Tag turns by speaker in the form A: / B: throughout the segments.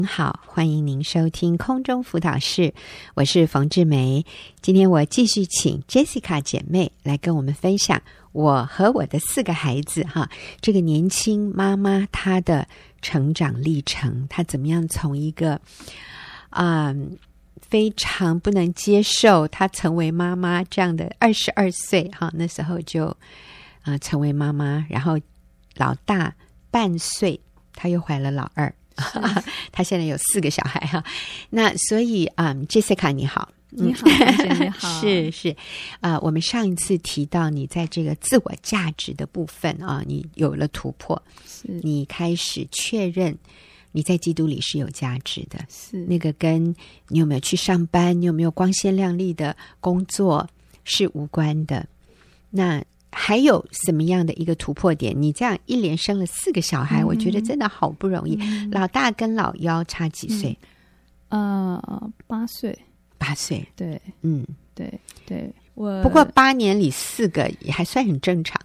A: 好，欢迎您收听空中辅导室，我是冯志梅。今天我继续请 Jessica 姐妹来跟我们分享我和我的4个孩子这个年轻妈妈她的成长历程，她怎么样从一个非常不能接受她成为妈妈这样的22岁那时候就成为妈妈，然后老大半岁她又怀了老二，他现在有4个小孩那所以Jessica 你好。
B: 你好，你好。
A: 是我们上一次提到你在这个自我价值的部分你有了突破，你开始确认你在基督里是有价值的，是那个跟你有没有去上班，你有没有光鲜亮丽的工作是无关的。那还有什么样的一个突破点？你这样一连生了4个小孩，我觉得真的好不容易。老大跟老幺差几岁
B: ？8岁。
A: 8岁，
B: 对，对。
A: 不过8年里4个也还算很正常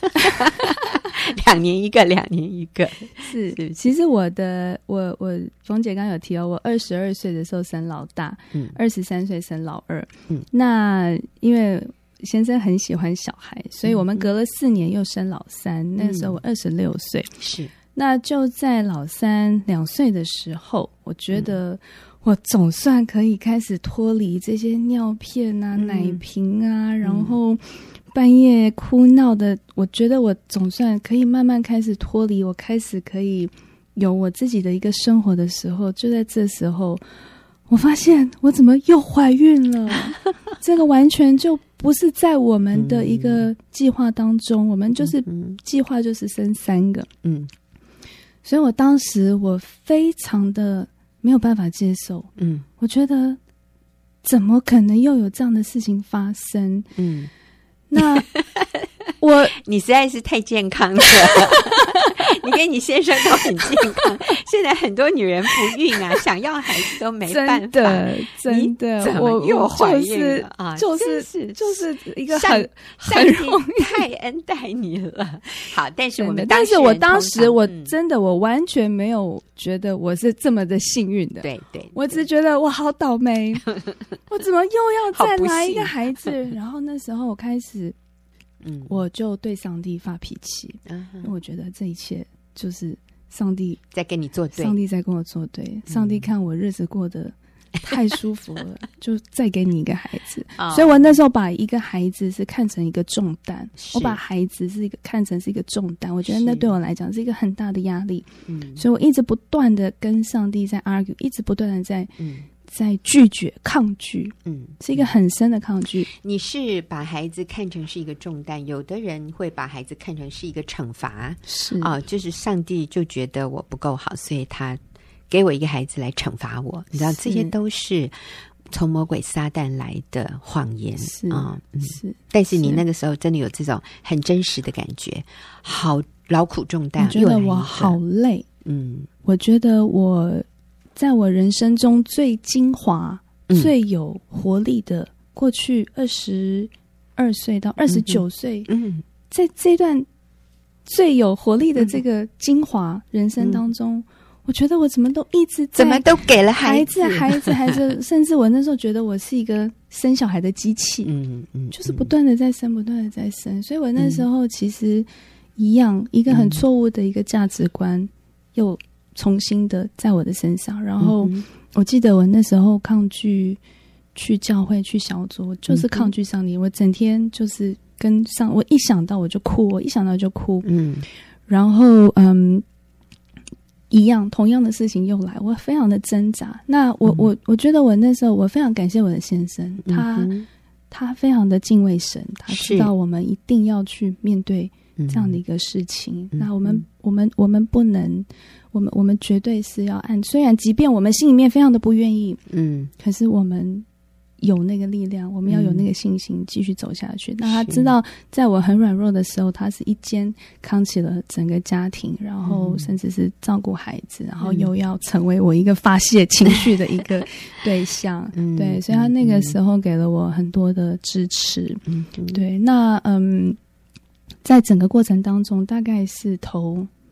A: ，2年一个，2年一个。
B: 是，其实我冯姐刚刚有提到，我22岁的时候生老大，23岁生老二。那因为先生很喜欢小孩，所以我们隔了4年又生老三。那时候我26岁，
A: 是。
B: 那就在老三2岁的时候，我觉得我总算可以开始脱离这些尿片奶瓶然后半夜哭闹的，我觉得我总算可以慢慢开始脱离，我开始可以有我自己的一个生活的时候，就在这时候我发现我怎么又怀孕了这个完全就不是在我们的一个计划当中，我们就是计划就是生3个。所以我当时我非常的没有办法接受，我觉得怎么可能又有这样的事情发生？那
A: 你实在是太健康了你跟你先生都很健康现在很多女人不孕想要孩子都没办法，
B: 真的
A: 怎么又怀孕了
B: 就是一个很容易，
A: 太恩待你了。好，但是
B: 我当时我真的我完全没有觉得我是这么的幸运的，
A: 对，
B: 我只觉得我好倒霉我怎么又要再来一个孩子然后那时候我开始我就对上帝发脾气，因为我觉得这一切就是上帝
A: 在跟你作对，
B: 上帝在跟我作对，上帝看我日子过得太舒服了就再给你一个孩子所以我那时候把一个孩子是看成一个重担，我把孩子看成是一个重担，我觉得那对我来讲是一个很大的压力，所以我一直不断的跟上帝在 argue， 一直不断的在拒绝抗拒，是一个很深的抗拒。
A: 你是把孩子看成是一个重担，有的人会把孩子看成是一个惩罚，是就是上帝就觉得我不够好，所以他给我一个孩子来惩罚我，你知道这些都是从魔鬼撒旦来的谎言是。但是你那个时候真的有这种很真实的感觉，好劳苦重担，
B: 我觉得我好累，我觉得我在我人生中最精华、最有活力的过去22岁到29岁，在这段最有活力的这个精华人生当中，我觉得我怎么都一直在，
A: 怎么都给了孩子，
B: 甚至我那时候觉得我是一个生小孩的机器，就是不断的在生，不断的在生，所以我那时候其实一样，一个很错误的一个价值观又重新的在我的身上，然后我记得我那时候抗拒去教会去小组，就是抗拒上帝，我整天就是我一想到我就哭，我一想到就哭，然后一样同样的事情又来，我非常的挣扎。那我觉得我那时候我非常感谢我的先生，他非常的敬畏神，他知道我们一定要去面对这样的一个事情，那我们不能，我们绝对是要虽然即便我们心里面非常的不愿意，可是我们有那个力量，我们要有那个信心继续走下去。那他知道在我很软弱的时候，他是一肩扛起了整个家庭，然后甚至是照顾孩子，然后又要成为我一个发泄情绪的一个对象，对，所以他那个时候给了我很多的支持，对。那在整个过程当中，大概是头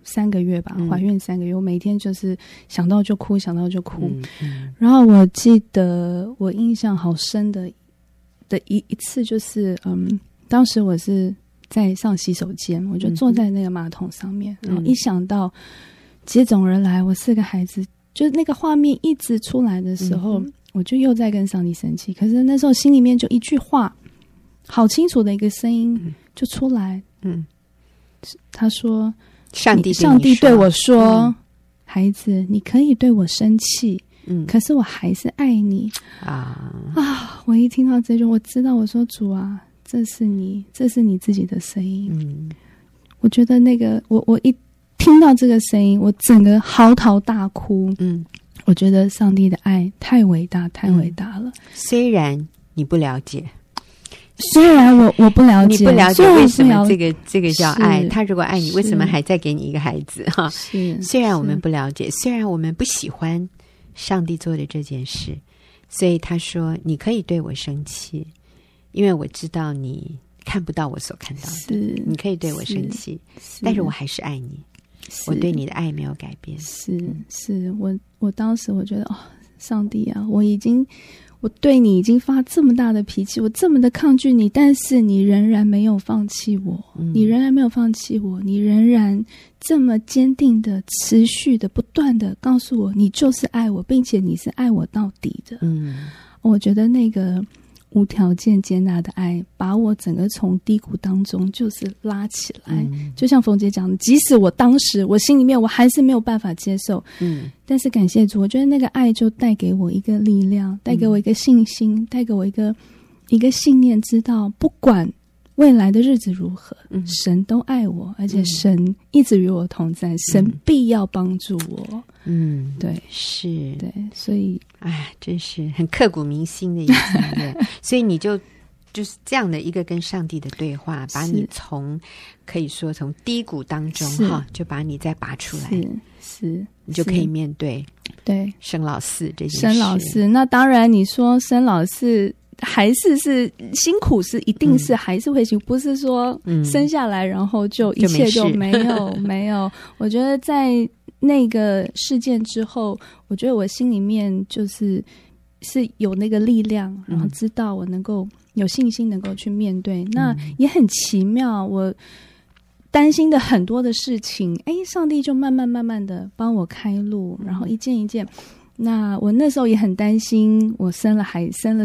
B: 3个月吧，怀孕3个月，我每天就是想到就哭，想到就哭。然后我记得我印象好深的一次就是，当时我是在上洗手间，我就坐在那个马桶上面，然后一想到接踵而来我4个孩子，就是那个画面一直出来的时候，我就又在跟上帝生气。可是那时候心里面就一句话，好清楚的一个声音就出来，他说：“上帝对我说，孩子，你可以对我生气，可是我还是爱你啊！”我一听到这句，我知道，我说主啊，这是你自己的声音。我觉得那个我一听到这个声音，我整个嚎啕大哭。我觉得上帝的爱太伟大，太伟大了。
A: 虽然你不了解。
B: 虽然我不了解，
A: 你不了解为什么这个叫爱，他如果爱你，为什么还再给你一个孩子哈？虽然我们不了解，虽然我们不喜欢上帝做的这件事，所以他说你可以对我生气，因为我知道你看不到我所看到的，你可以对我生气，但是我还是爱你，我对你的爱没有改变。
B: 我当时我觉得上帝啊，我对你已经发这么大的脾气，我这么的抗拒你，但是你仍然没有放弃我，你仍然没有放弃我，你仍然这么坚定的、持续的、不断的告诉我，你就是爱我，并且你是爱我到底的。我觉得那个无条件接纳的爱，把我整个从低谷当中就是拉起来。就像冯姐讲的，即使我当时我心里面我还是没有办法接受，但是感谢主，我觉得那个爱就带给我一个力量，带给我一个信心，带给我一个信念，知道不管未来的日子如何，神都爱我，而且神一直与我同在，神必要帮助我。对，
A: 是，
B: 对，所以
A: 真是很刻骨铭心的一次所以你就是这样的一个跟上帝的对话，把你可以说从低谷当中就把你再拔出来，
B: 是
A: 你就可以面对生老4这件事。
B: 生老4，那当然你说生老4还是辛苦，是一定是还是会辛苦，不是说生下来然后就一切就没有没有。我觉得在那个事件之后，我觉得我心里面是有那个力量，然后知道我能够有信心能够去面对。那也很奇妙，我担心的很多的事情，上帝就慢慢的帮我开路，然后一件一件。那我那时候也很担心，我生了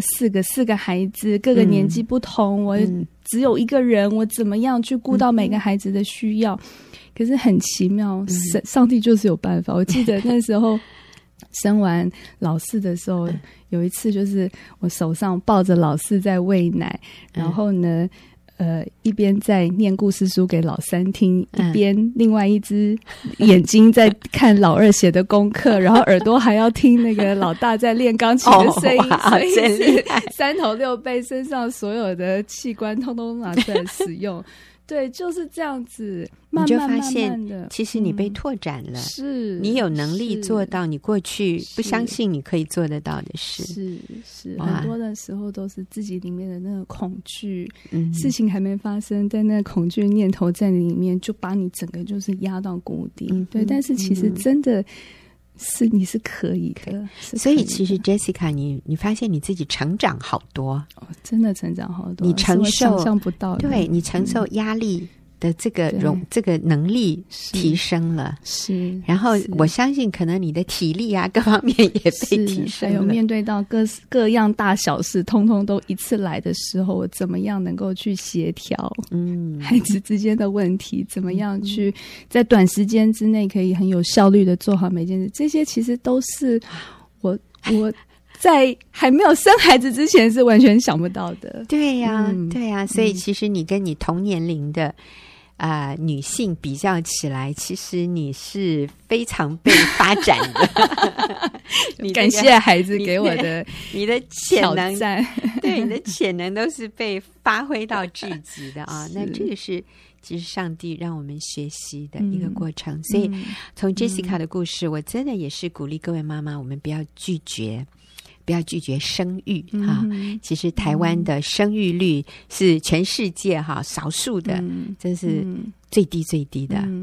B: 4个孩子，各个年纪不同，我只有一个人，我怎么样去顾到每个孩子的需要？可是很奇妙，上帝就是有办法。我记得那时候生完老4的时候，有一次就是我手上抱着老4在喂奶，然后呢一边在念故事书给老3听，一边另外一只眼睛在看老2写的功课，然后耳朵还要听那个老大在练钢琴的声音，所以是3头6臂，身上所有的器官通通拿出来使用。对，就是这样子，慢慢慢慢的，
A: 你就发现其实你被拓展了，你有能力做到你过去不相信你可以做得到的事。
B: 是很多的时候都是自己里面的那个恐惧，事情还没发生，在那个恐惧念头在里面，就把你整个就是压到谷底。对，但是其实真的是你是可以的，
A: 所以其实 Jessica 你发现你自己成长好多，
B: 真的成长好多，
A: 你承受
B: 想象不到的，
A: 对，你承受压力的这个能力提升了，
B: 是。
A: 然后我相信可能你的体力啊各方面也被提升了，
B: 还有面对到各样大小事通通都一次来的时候，我怎么样能够去协调孩子之间的问题，怎么样去在短时间之内可以很有效率的做好每件事，这些其实都是我在还没有生孩子之前是完全想不到的。
A: 对呀，对呀，所以其实你跟你同年龄的女性比较起来，其实你是非常被发展的。
B: 感谢孩子给我的
A: 你的潜能，
B: 对，
A: 你的潜能都是被发挥到至极的啊！那这个是其实上帝让我们学习的一个过程。所以从 Jessica 的故事，我真的也是鼓励各位妈妈，我们不要拒绝生育哈。其实台湾的生育率是全世界少数的，这是最低的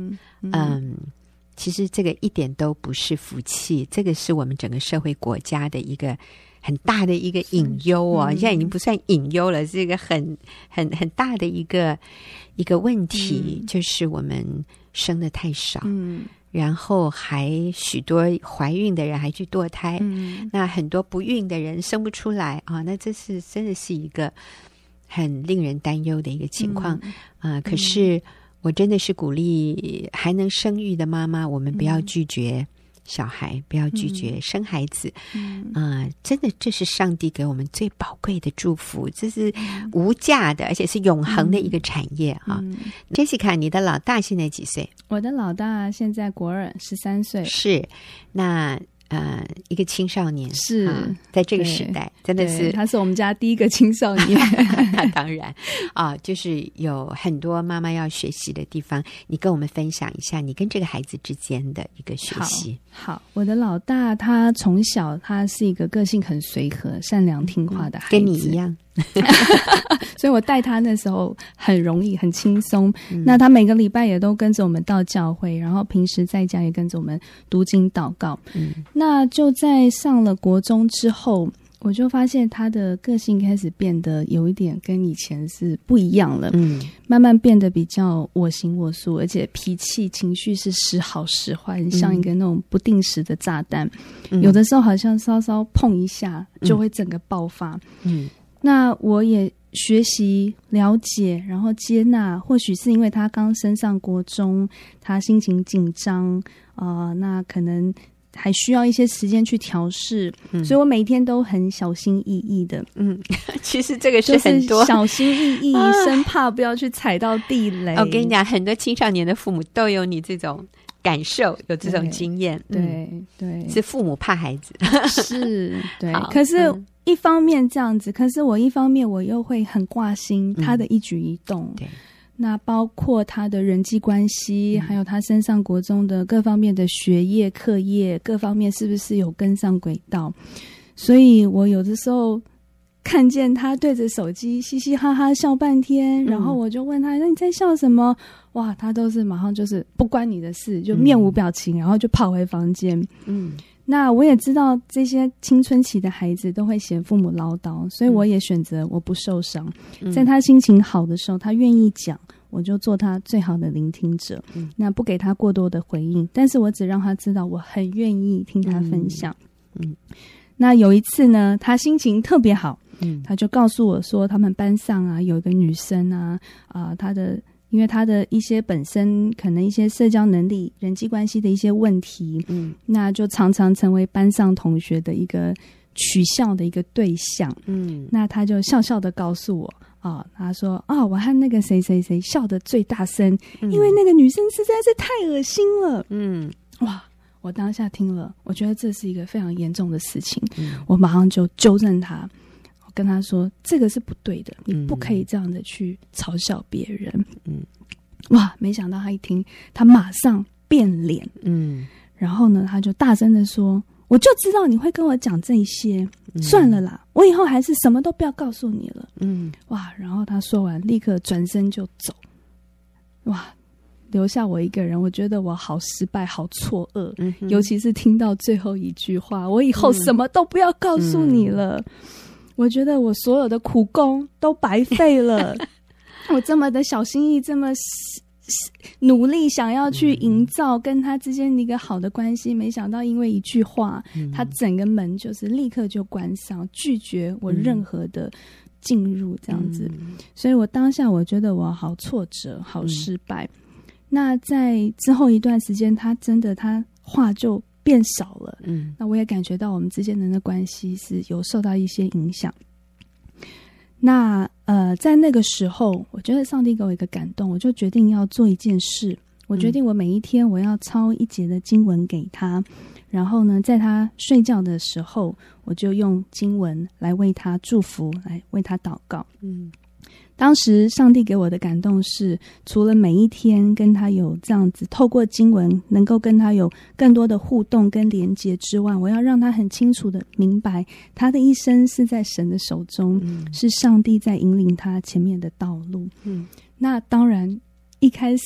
A: 其实这个一点都不是福气，这个是我们整个社会国家的一个很大的一个隐忧哦，现在已经不算隐忧了，是一个很大的一个问题，就是我们生的太少，然后还许多怀孕的人还去堕胎，那很多不孕的人生不出来啊，那这是真的是一个很令人担忧的一个情况可是我真的是鼓励还能生育的妈妈，我们不要拒绝小孩，不要拒绝生孩子真的这是上帝给我们最宝贵的祝福，这是无价的，而且是永恒的一个产业Jessica， 你的老大现在几岁？
B: 我的老大现在国2 13岁。
A: 是，那一个青少年
B: 是
A: 在这个时代真的是
B: 他是我们家第一个青少年
A: 那当然就是有很多妈妈要学习的地方，你跟我们分享一下你跟这个孩子之间的一个学习。
B: 好，我的老大他从小他是一个个性很随和善良听话的孩子，
A: 跟你一样
B: 所以我带他那时候很容易很轻松那他每个礼拜也都跟着我们到教会，然后平时在家也跟着我们读经祷告那就在上了国中之后，我就发现他的个性开始变得有一点跟以前是不一样了慢慢变得比较我行我素，而且脾气情绪是时好时坏，像一个那种不定时的炸弹有的时候好像稍稍碰一下就会整个爆发那我也学习了解然后接纳，或许是因为他刚升上国中，他心情紧张那可能还需要一些时间去调试所以我每天都很小心翼翼的
A: 其实这个是很多、
B: 就是、小心翼翼生怕不要去踩到地雷
A: 我跟你讲，很多青少年的父母都有你这种感受，有这种经验
B: 对
A: 是父母怕孩子
B: 是对可是一方面这样子，可是我一方面我又会很挂心他的一举一动
A: 对，
B: 那包括他的人际关系还有他升上国中的各方面的学业课业各方面是不是有跟上轨道，所以我有的时候看见他对着手机嘻嘻哈哈笑半天然后我就问他那你在笑什么，哇他都是马上就是不关你的事，就面无表情然后就跑回房间那我也知道这些青春期的孩子都会嫌父母唠叨，所以我也选择我不受伤在他心情好的时候他愿意讲，我就做他最好的聆听者那不给他过多的回应，但是我只让他知道我很愿意听他分享那有一次呢他心情特别好他就告诉我说他们班上有一个女生因为他的一些本身可能一些社交能力人际关系的一些问题那就常常成为班上同学的一个取笑的一个对象那他就笑笑的告诉我他说我和那个谁谁谁笑得最大声因为那个女生实在是太恶心了哇我当下听了我觉得这是一个非常严重的事情我马上就纠正他，我跟他说这个是不对的，你不可以这样的去嘲笑别人哇没想到他一听他马上变脸然后呢他就大声的说我就知道你会跟我讲这些算了啦，我以后还是什么都不要告诉你了哇然后他说完立刻转身就走哇留下我一个人，我觉得我好失败好错愕尤其是听到最后一句话我以后什么都不要告诉你了我觉得我所有的苦功都白费了我这么的小心翼翼这么努力想要去营造跟他之间的一个好的关系没想到因为一句话他整个门就是立刻就关上拒绝我任何的进入这样子所以我当下我觉得我好挫折好失败那在之后一段时间他真的他话就变少了那我也感觉到我们之间的那关系是有受到一些影响那在那个时候我觉得上帝给我一个感动我就决定要做一件事我决定我每一天我要抄一节的经文给他然后呢在他睡觉的时候我就用经文来为他祝福来为他祷告当时上帝给我的感动是除了每一天跟他有这样子透过经文能够跟他有更多的互动跟连结之外我要让他很清楚的明白他的一生是在神的手中是上帝在引领他前面的道路那当然一开始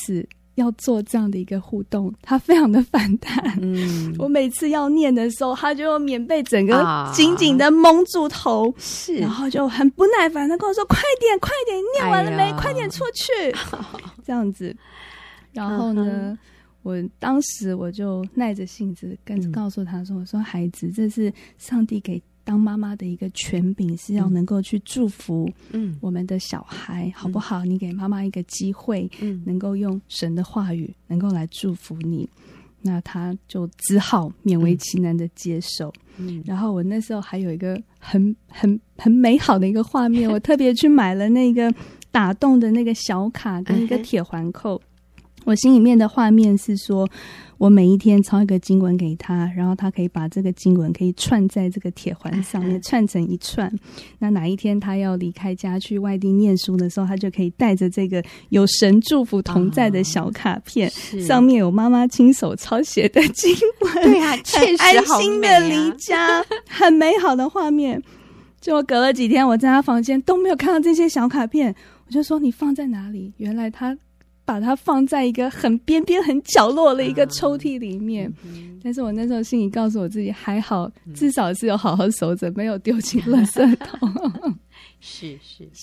B: 要做这样的一个互动，他非常的反弹。我每次要念的时候，他就用棉被整个紧紧的蒙住头，是，然后就很不耐烦的跟我说：“快点，快点，念完了没？快点出去。”这样子。然后呢，我当时我就耐着性子告诉他说：“我说孩子，这是上帝给当妈妈的一个权柄，是要能够去祝福我们的小孩，好不好？你给妈妈一个机会，能够用神的话语能够来祝福你。”那他就只好勉为其难的接受。然后我那时候还有一个很美好的一个画面，我特别去买了那个打洞的那个小卡跟一个铁环扣。我心里面的画面是说，我每一天抄一个经文给他，然后他可以把这个经文可以串在这个铁环上面，串成一串。那哪一天他要离开家去外地念书的时候，他就可以带着这个有神祝福同在的小卡片，上面有妈妈亲手抄写的经文。
A: 对啊，确实好美啊，安
B: 心的离家，很美好的画面。就隔了几天，我在他房间都没有看到这些小卡片，我就说你放在哪里？原来他把它放在一个很边边很角落的一个抽屉里面。但是我那时候心里告诉我自己，还好至少是有好好守着，没有丢进垃圾桶。
A: 是，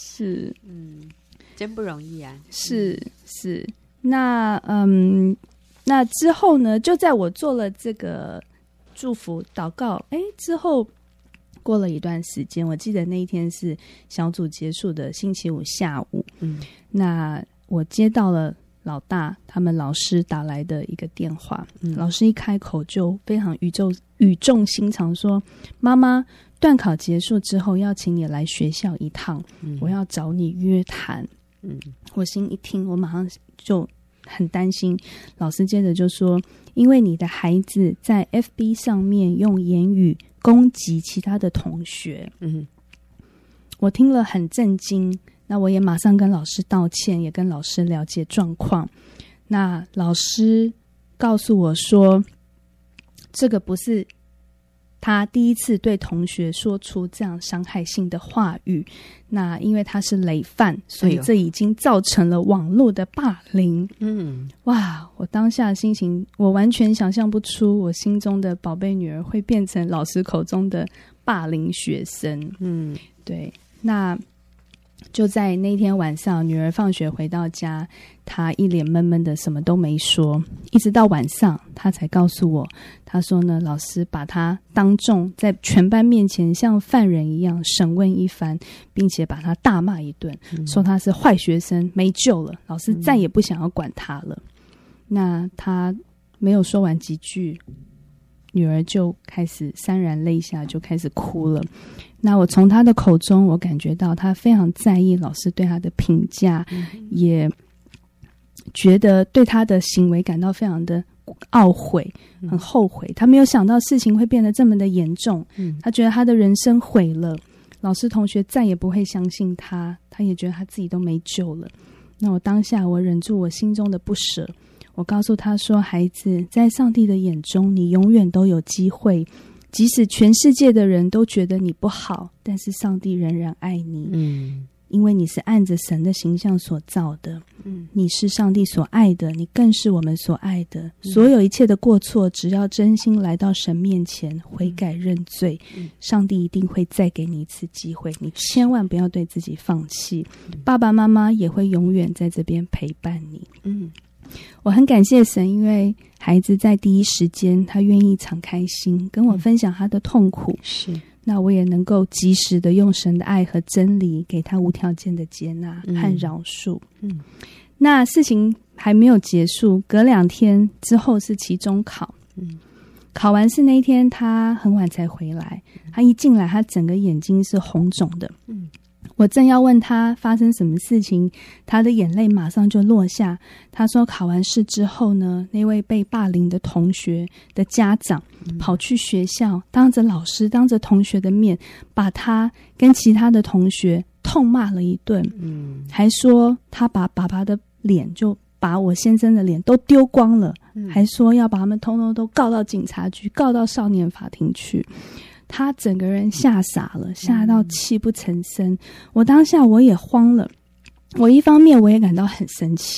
A: 真不容易啊。是，那那之后呢，就在我做了这个祝福祷告之后，过了一段时间，我记得那一天是小组结束的星期五下午。那我接到了老大他们老师打来的一个电话。老师一开口就非常语重心长说：“妈妈，段考结束之后要请你来学校一趟，我要找你约谈。”我心一听，我马上就很担心。老师接着就说：“因为你的孩子在 FB 上面用言语攻击其他的同学。”我听了很震惊。那我也马上跟老师道歉，也跟老师了解状况。那老师告诉我说，这个不是他第一次对同学说出这样伤害性的话语。那因为他是累犯，所以这已经造成了网络的霸凌。哇！我当下的心情，我完全想象不出我心中的宝贝女儿会变成老师口中的霸凌学生。对。那就在那天晚上，女儿放学回到家，她一脸闷闷的，什么都没说。一直到晚上，她才告诉我，她说呢，老师把她当众在全班面前像犯人一样审问一番，并且把她大骂一顿，说她是坏学生，没救了，老师再也不想要管她了。那她没有说完几句，女儿就开始潸然泪下，就开始哭了。那我从她的口中，我感觉到她非常在意老师对她的评价，也觉得对她的行为感到非常的懊悔，很后悔。她没有想到事情会变得这么的严重，她觉得她的人生毁了，老师同学再也不会相信她，她也觉得她自己都没救了。那我当下我忍住我心中的不舍，我告诉她说，孩子，在上帝的眼中，你永远都有机会，即使全世界的人都觉得你不好，但是上帝仍然爱你。因为你是按着神的形象所造的，你是上帝所爱的，你更是我们所爱的。所有一切的过错，只要真心来到神面前悔改认罪，上帝一定会再给你一次机会。你千万不要对自己放弃，爸爸妈妈也会永远在这边陪伴你。我很感谢神，因为孩子在第一时间他愿意敞开心跟我分享他的痛苦，那我也能够及时的用神的爱和真理给他无条件的接纳和饶恕。那事情还没有结束，隔2天之后是期中考。考完试那一天他很晚才回来，他一进来他整个眼睛是红肿的。我正要问他发生什么事情，他的眼泪马上就落下。他说考完试之后呢，那位被霸凌的同学的家长跑去学校，当着老师当着同学的面，把他跟其他的同学痛骂了一顿。还说他把爸爸的脸，就把我先生的脸都丢光了，还说要把他们通通都告到警察局，告到少年法庭去。他整个人吓傻了，吓到泣不成声。我当下我也慌了，我一方面我也感到很生气，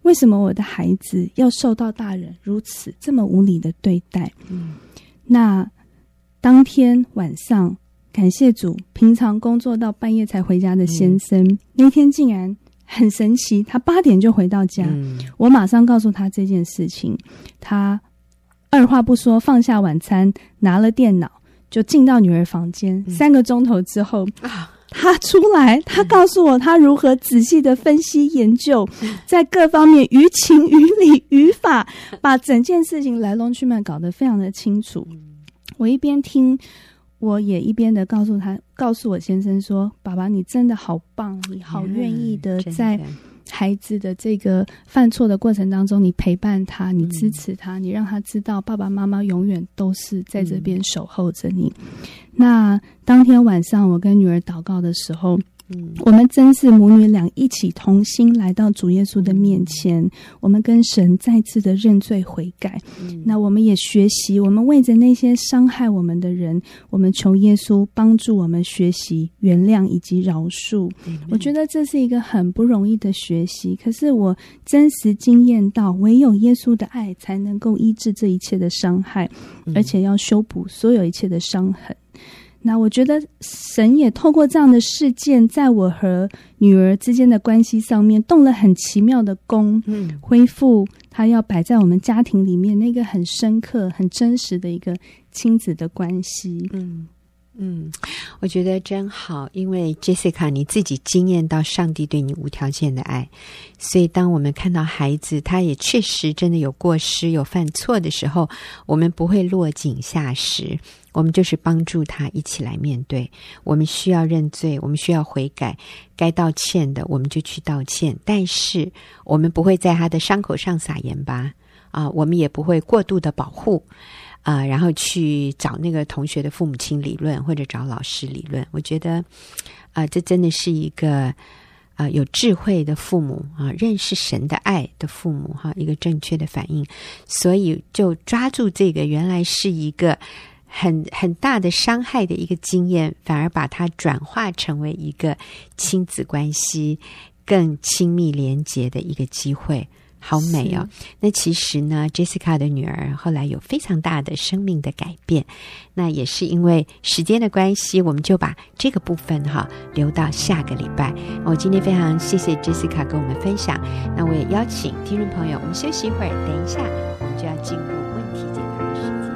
B: 为什么我的孩子要受到大人如此这么无理的对待？那当天晚上，感谢主，平常工作到半夜才回家的先生，那天竟然很神奇，他8点就回到家。我马上告诉他这件事情，他二话不说放下晚餐，拿了电脑就进到女儿房间。3个钟头之后他出来，他告诉我他如何仔细的分析研究，在各方面于情于理于法，把整件事情来龙去脉搞得非常的清楚。我一边听，我也一边的告诉我先生说，爸爸你真的好棒，你好愿意的在孩子的这个犯错的过程当中，你陪伴他，你支持他，你让他知道爸爸妈妈永远都是在这边守候着你。那当天晚上我跟女儿祷告的时候，我们真是母女俩一起同心来到主耶稣的面前，我们跟神再次的认罪悔改。那我们也学习，我们为着那些伤害我们的人，我们求耶稣帮助我们学习原谅以及饶恕。我觉得这是一个很不容易的学习，可是我真实经验到，唯有耶稣的爱才能够医治这一切的伤害，而且要修补所有一切的伤痕。那我觉得神也透过这样的事件，在我和女儿之间的关系上面动了很奇妙的功，恢复他要摆在我们家庭里面那个很深刻很真实的一个亲子的关系。
A: 我觉得真好，因为 Jessica 你自己经验到上帝对你无条件的爱，所以当我们看到孩子他也确实真的有过失有犯错的时候，我们不会落井下石，我们就是帮助他一起来面对。我们需要认罪，我们需要悔改，该道歉的我们就去道歉，但是我们不会在他的伤口上撒盐巴我们也不会过度的保护然后去找那个同学的父母亲理论，或者找老师理论。我觉得这真的是一个有智慧的父母认识神的爱的父母一个正确的反应。所以就抓住这个原来是一个很大的伤害的一个经验，反而把它转化成为一个亲子关系更亲密连结的一个机会。好美哦！那其实呢 Jessica 的女儿后来有非常大的生命的改变，那也是因为时间的关系，我们就把这个部分留到下个礼拜。我今天非常谢谢 Jessica 跟我们分享，那我也邀请听众朋友，我们休息一会儿，等一下我们就要进入问题解答的时间。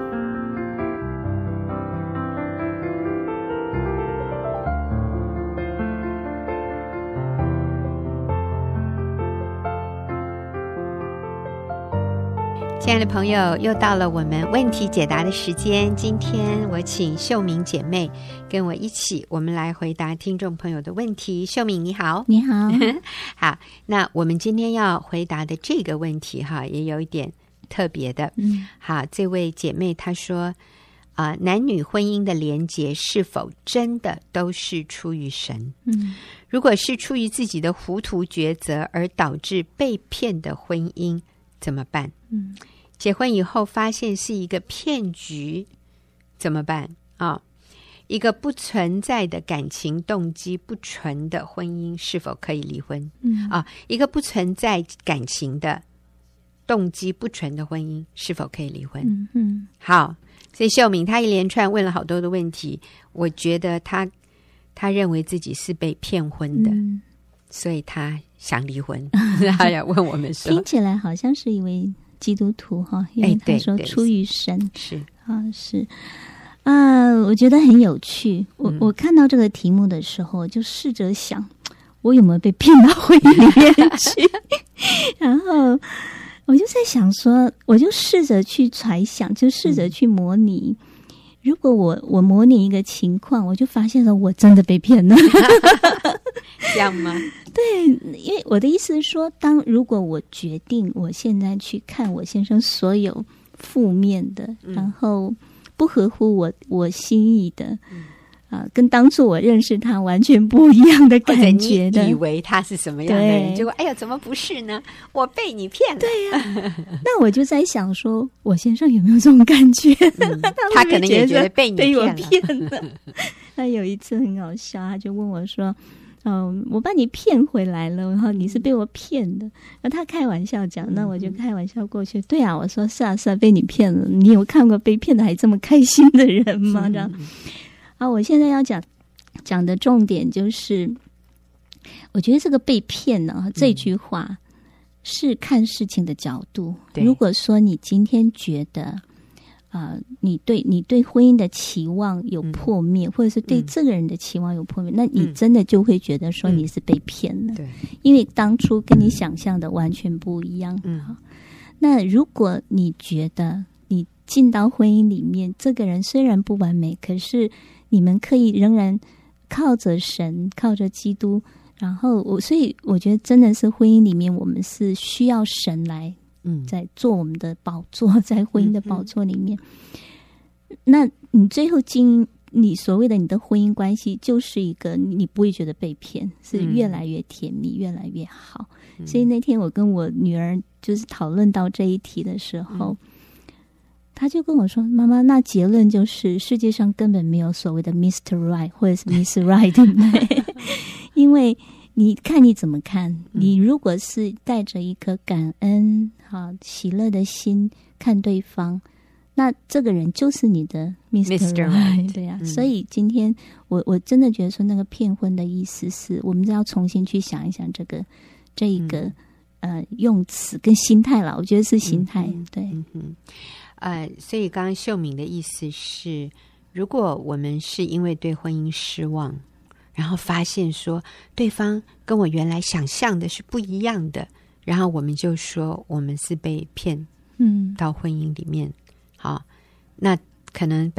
A: 亲爱的朋友，又到了我们问题解答的时间。今天我请秀敏姐妹跟我一起，我们来回答听众朋友的问题。秀敏你好。
C: 你好。
A: 好，那我们今天要回答的这个问题也有一点特别的。好，这位姐妹她说男女婚姻的连结是否真的都是出于神？如果是出于自己的糊涂抉择而导致被骗的婚姻怎么办？结婚以后发现是一个骗局怎么办一个不存在的感情动机不纯的婚姻是否可以离婚？一个不存在感情的动机不纯的婚姻是否可以离婚？好，所以秀敏她一连串问了好多的问题，我觉得她认为自己是被骗婚的，所以她想离婚。她要问我们说，
C: 听起来好像是一位基督徒因为他说出于神，
A: 是
C: 是我觉得很有趣。我看到这个题目的时候，就试着想，我有没有被骗到婚姻里面去？然后我就在想说，我就试着去揣想，就试着去模拟。如果我模拟一个情况，我就发现了我真的被骗了。
A: 这样吗？
C: 对，因为我的意思是说，如果我决定我现在去看我先生所有负面的，然后不合乎我心意的，跟当初我认识他完全不一样的感觉的，
A: 你以为他是什么样的人，结果哎呀怎么不是呢？我被你骗了。
C: 对呀那我就在想说，我先生有没有这种感觉？
A: 他可能也觉得被你
C: 骗了。他有一次很好笑，他就问我说， 我把你骗回来了，然后你是被我骗的。然后他开玩笑讲，那我就开玩笑过去。对啊，我说是啊，被你骗了。你有看过被骗的还这么开心的人吗？这样。我现在要讲的重点就是，我觉得这个被骗呢，这句话是看事情的角度。如果说你今天觉得你对婚姻的期望有破灭，或者是对这个人的期望有破灭，那你真的就会觉得说你是被骗了，对，因为当初跟你想象的完全不一样。那如果你觉得你进到婚姻里面，这个人虽然不完美，可是你们可以仍然靠着神，靠着基督，然后所以我觉得真的是婚姻里面我们是需要神来在做我们的宝座，在婚姻的宝座里面，那你最后经营你所谓的你的婚姻关系，就是一个你不会觉得被骗，是越来越甜蜜，越来越好。所以那天我跟我女儿就是讨论到这一题的时候，她就跟我说：“妈妈，那结论就是世界上根本没有所谓的 Mr. Right 或者是 Miss Right， 对不对？因为你看你怎么看，你如果是带着一颗感恩喜乐的心看对方，那这个人就是你的 Mr. Right， 对啊。所以今天我真的觉得说，那个骗婚的意思是我们要重新去想一想这一个用词跟心态啦，我觉得是心态。对，
A: 所以刚刚秀敏的意思是，如果我们是因为对婚姻失望，然后发现说对方跟我原来想象的是不一样的，然后我们就说我们是被骗到婚姻里面。好，那可能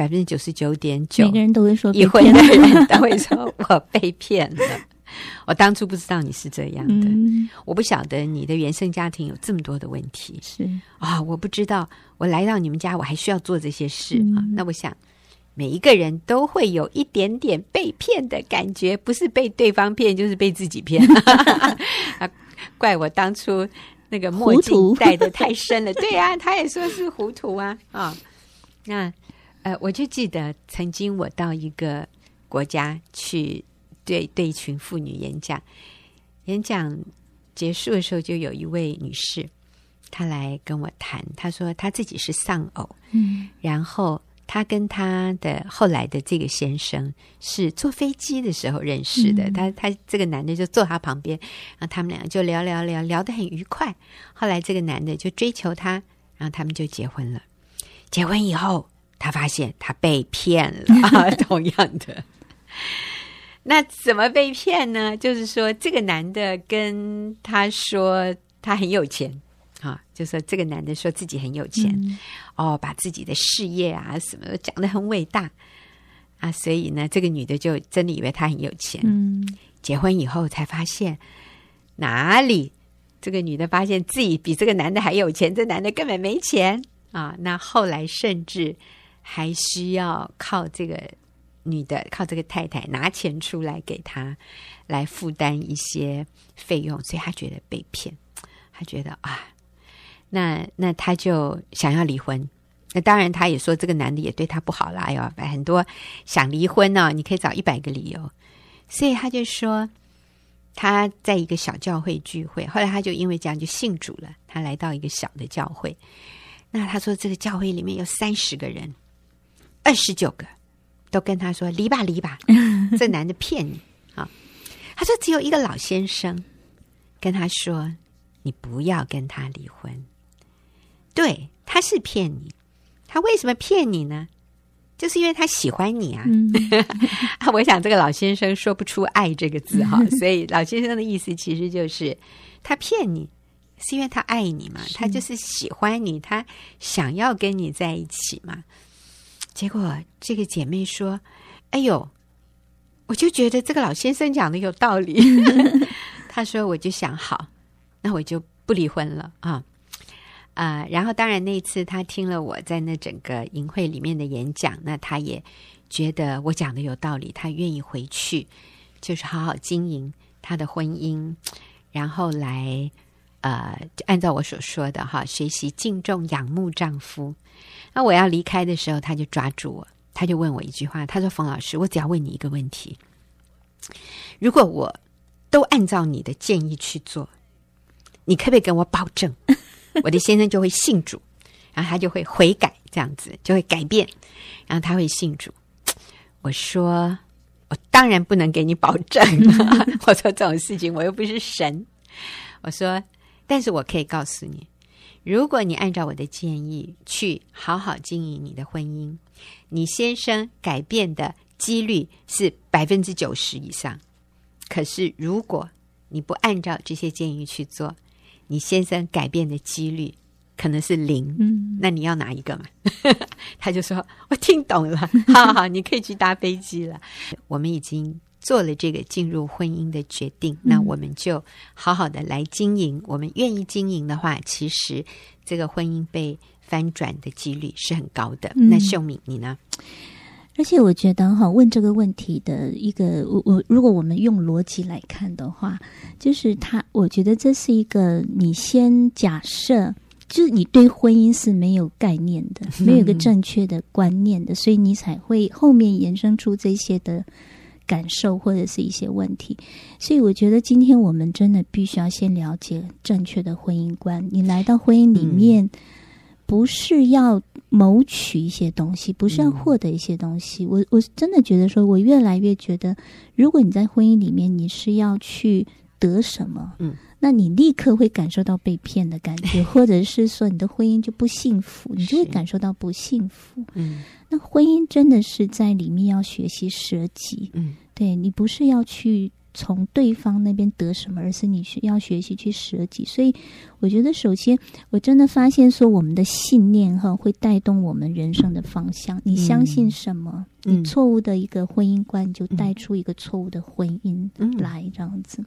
A: 99.9%
C: 每个人都会说
A: 已婚的人都会说我被骗了。我当初不知道你是这样的，我不晓得你的原生家庭有这么多的问题，
C: 是
A: 我不知道我来到你们家我还需要做这些事那我想每一个人都会有一点点被骗的感觉，不是被对方骗就是被自己骗怪我当初那个墨镜戴得太深了对啊，他也说是糊涂那我就记得曾经我到一个国家去对一群妇女演讲结束的时候，就有一位女士她来跟我谈，她说她自己是丧偶然后她跟她的后来的这个先生是坐飞机的时候认识的，他这个男的就坐她旁边，然后他们两个就聊得很愉快，后来这个男的就追求她，然后他们就结婚了。结婚以后她发现她被骗了同样的。那怎么被骗呢？就是说这个男的跟他说他很有钱就说这个男的说自己很有钱把自己的事业什么讲得很伟大所以呢这个女的就真的以为他很有钱结婚以后才发现哪里，这个女的发现自己比这个男的还有钱，这男的根本没钱那后来甚至还需要靠这个女的靠这个太太拿钱出来给她来负担一些费用，所以她觉得被骗，她觉得那她就想要离婚。那当然她也说这个男的也对她不好啦，很多想离婚你可以找100个理由。所以她就说她在一个小教会聚会，后来她就因为这样就信主了，她来到一个小的教会。那她说这个教会里面有30个人，29个都跟他说离吧这男的骗你他说只有一个老先生跟他说你不要跟他离婚。对，他是骗你，他为什么骗你呢？就是因为他喜欢你我想这个老先生说不出爱这个字所以老先生的意思其实就是他骗你是因为他爱你嘛，他就是喜欢你，他想要跟你在一起嘛。结果这个姐妹说哎呦，我就觉得这个老先生讲的有道理她说我就想好，那我就不离婚了然后当然那一次她听了我在那整个营会里面的演讲，那她也觉得我讲的有道理，她愿意回去就是好好经营她的婚姻，然后来就按照我所说的学习敬重仰慕丈夫。那我要离开的时候，他就抓住我，他就问我一句话，他说冯老师，我只要问你一个问题，如果我都按照你的建议去做，你可不可以跟我保证？我的先生就会信主，然后他就会悔改，这样子就会改变，然后他会信主。我说我当然不能给你保证我说这种事情我又不是神。我说但是我可以告诉你，如果你按照我的建议去好好经营你的婚姻，你先生改变的几率是90%以上。可是如果你不按照这些建议去做，你先生改变的几率可能是0。那你要哪一个嘛？他就说我听懂了，好好，你可以去搭飞机了。我们已经做了这个进入婚姻的决定，那我们就好好的来经营。我们愿意经营的话，其实这个婚姻被翻转的几率是很高的。那秀敏你呢？
C: 而且我觉得问这个问题的一个，如果我们用逻辑来看的话，就是我觉得这是一个你先假设，就是你对婚姻是没有概念的，没有一个正确的观念的，所以你才会后面衍生出这些的感受或者是一些问题。所以我觉得今天我们真的必须要先了解正确的婚姻观。你来到婚姻里面，不是要谋取一些东西，不是要获得一些东西。我真的觉得说，我越来越觉得，如果你在婚姻里面你是要去得什么，那你立刻会感受到被骗的感觉，或者是说你的婚姻就不幸福，你就会感受到不幸福。那婚姻真的是在里面要学习舍己，对，你不是要去从对方那边得什么，而是你要学习去舍己。所以我觉得首先我真的发现说，我们的信念会带动我们人生的方向。你相信什么，你错误的一个婚姻观，你就带出一个错误的婚姻来，这样子。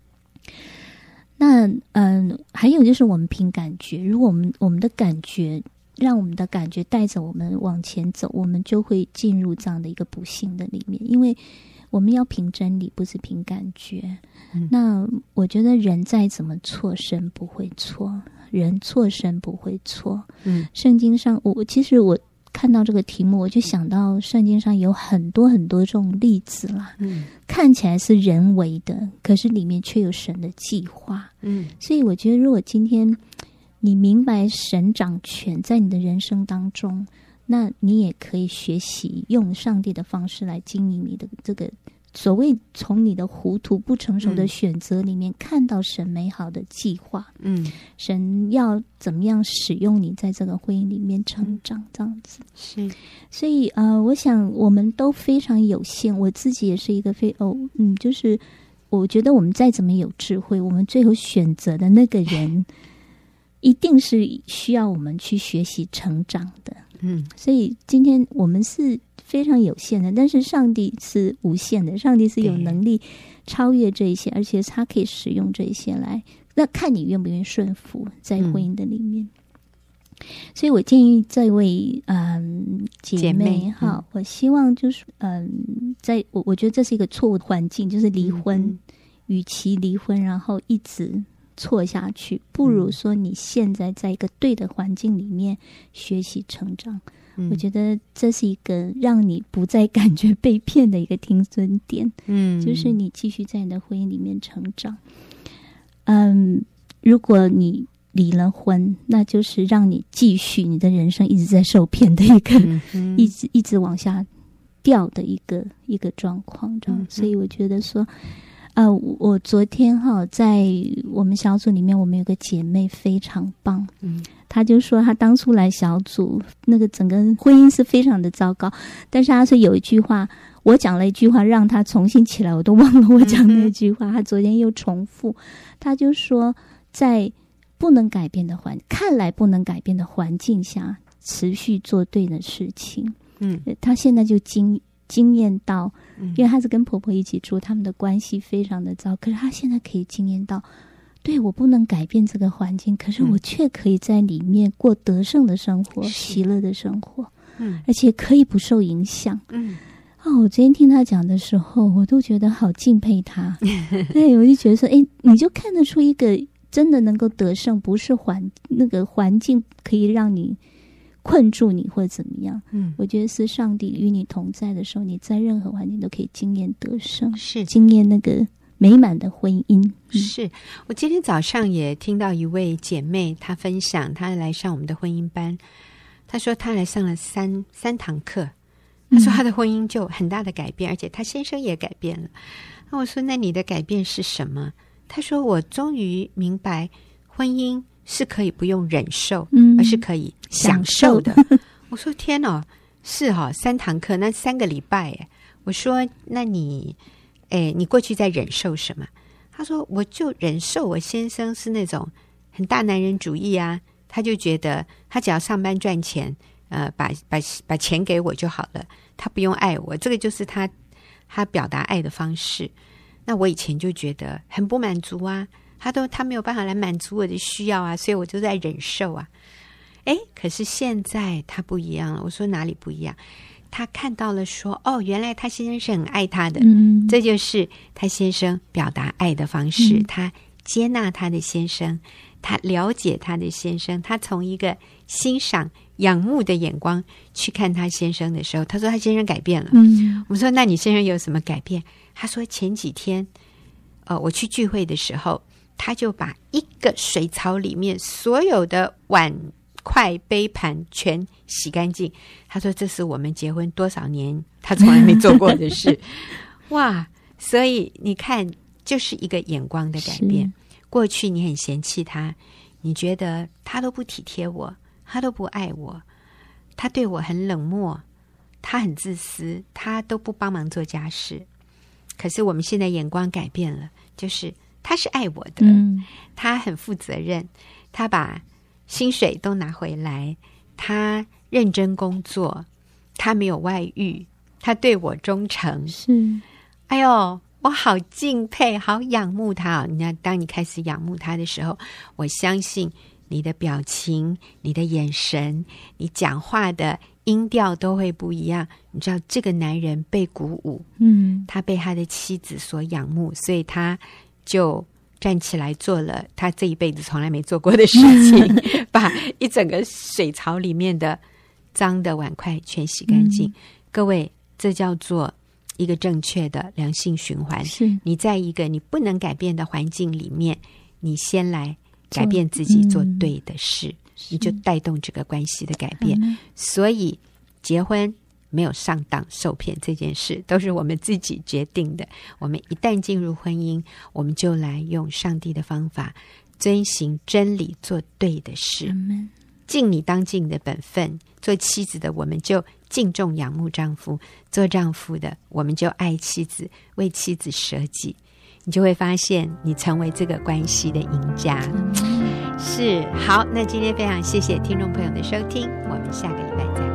C: 那还有就是我们凭感觉，如果我们的感觉让我们的感觉带着我们往前走，我们就会进入这样的一个不幸的里面。因为我们要凭真理，不是凭感觉。那我觉得人再怎么错，神不会错，人错神不会错。圣经上其实我看到这个题目，我就想到圣经上有很多很多这种例子啦。看起来是人为的，可是里面却有神的计划。所以我觉得如果今天你明白神掌权在你的人生当中，那你也可以学习用上帝的方式来经营你的这个所谓从你的糊涂不成熟的选择里面看到神美好的计划。神要怎么样使用你在这个婚姻里面成长，这样子。是，所以我想我们都非常有限，我自己也是一个就是我觉得我们再怎么有智慧，我们最后选择的那个人一定是需要我们去学习成长的。所以今天我们是非常有限的，但是上帝是无限的，上帝是有能力超越这一些，而且他可以使用这一些来，那看你愿不愿意顺服在婚姻的里面。所以我建议这位姐妹哈，我希望就是我觉得这是一个错误的环境，就是离婚，与其离婚然后一直错下去，不如说你现在在一个对的环境里面学习成长。我觉得这是一个让你不再感觉被骗的一个停损点。就是你继续在你的婚姻里面成长。如果你离了婚，那就是让你继续你的人生一直在受骗的一个一直往下掉的一个状况这样。所以我觉得说我昨天在我们小组里面，我们有个姐妹非常棒。她就说她当初来小组，那个整个婚姻是非常的糟糕，但是她说有一句话，我讲了一句话让她重新起来，我都忘了我讲那句话，她昨天又重复。她就说在看来不能改变的环境下持续做对的事情。她现在就经验到，因为她是跟婆婆一起住，他们的关系非常的糟，可是她现在可以经验到，对，我不能改变这个环境，可是我却可以在里面过得胜的生活，喜乐的生活，而且可以不受影响。我昨天听她讲的时候，我都觉得好敬佩她。对，我就觉得说，你就看得出一个真的能够得胜，不是那个环境可以让你困住你或者怎么样。我觉得是上帝与你同在的时候，你在任何环境都可以经验得胜，是经验那个美满的婚姻。
A: 是我今天早上也听到一位姐妹，她分享她来上我们的婚姻班，她说她来上了三堂课，她说她的婚姻就很大的改变，而且她先生也改变了。那我说那你的改变是什么？她说我终于明白婚姻是可以不用忍受，而是可以享受的。我说天哪，是3堂课，那3个礼拜耶。我说那你过去在忍受什么？他说我就忍受我先生是那种很大男人主义啊，他就觉得他只要上班赚钱，把钱给我就好了，他不用爱我，这个就是他表达爱的方式。那我以前就觉得很不满足啊，他没有办法来满足我的需要啊，所以我就在忍受啊。可是现在他不一样了。我说哪里不一样？他看到了说，原来他先生是很爱他的，这就是他先生表达爱的方式。他接纳他的先生，他了解他的先生，他从一个欣赏仰慕的眼光去看他先生的时候，他说他先生改变了。我说那你先生有什么改变？他说前几天我去聚会的时候，他就把一个水槽里面所有的碗筷杯盘全洗干净。他说这是我们结婚多少年他从来没做过的事。哇，所以你看就是一个眼光的改变。过去你很嫌弃他，你觉得他都不体贴我，他都不爱我，他对我很冷漠，他很自私，他都不帮忙做家事。可是我们现在眼光改变了，就是他是爱我的，他很负责任，他把薪水都拿回来，他认真工作，他没有外遇，他对我忠诚。
C: 是，
A: 哎呦，我好敬佩，好仰慕他。当你开始仰慕他的时候，我相信你的表情、你的眼神、你讲话的音调都会不一样。你知道这个男人被鼓舞，他被他的妻子所仰慕，所以他就站起来做了他这一辈子从来没做过的事情，把一整个水槽里面的脏的碗筷全洗干净。各位，这叫做一个正确的良性循环。是你在一个你不能改变的环境里面，你先来改变自己，做对的事，你就带动这个关系的改变。所以结婚没有上当受骗这件事都是我们自己决定的。我们一旦进入婚姻，我们就来用上帝的方法，遵行真理，做对的事，尽你当尽的本分。做妻子的我们就敬重仰慕丈夫，做丈夫的我们就爱妻子，为妻子舍己。你就会发现你成为这个关系的赢家。是，好，那今天非常谢谢听众朋友的收听，我们下个礼拜再会。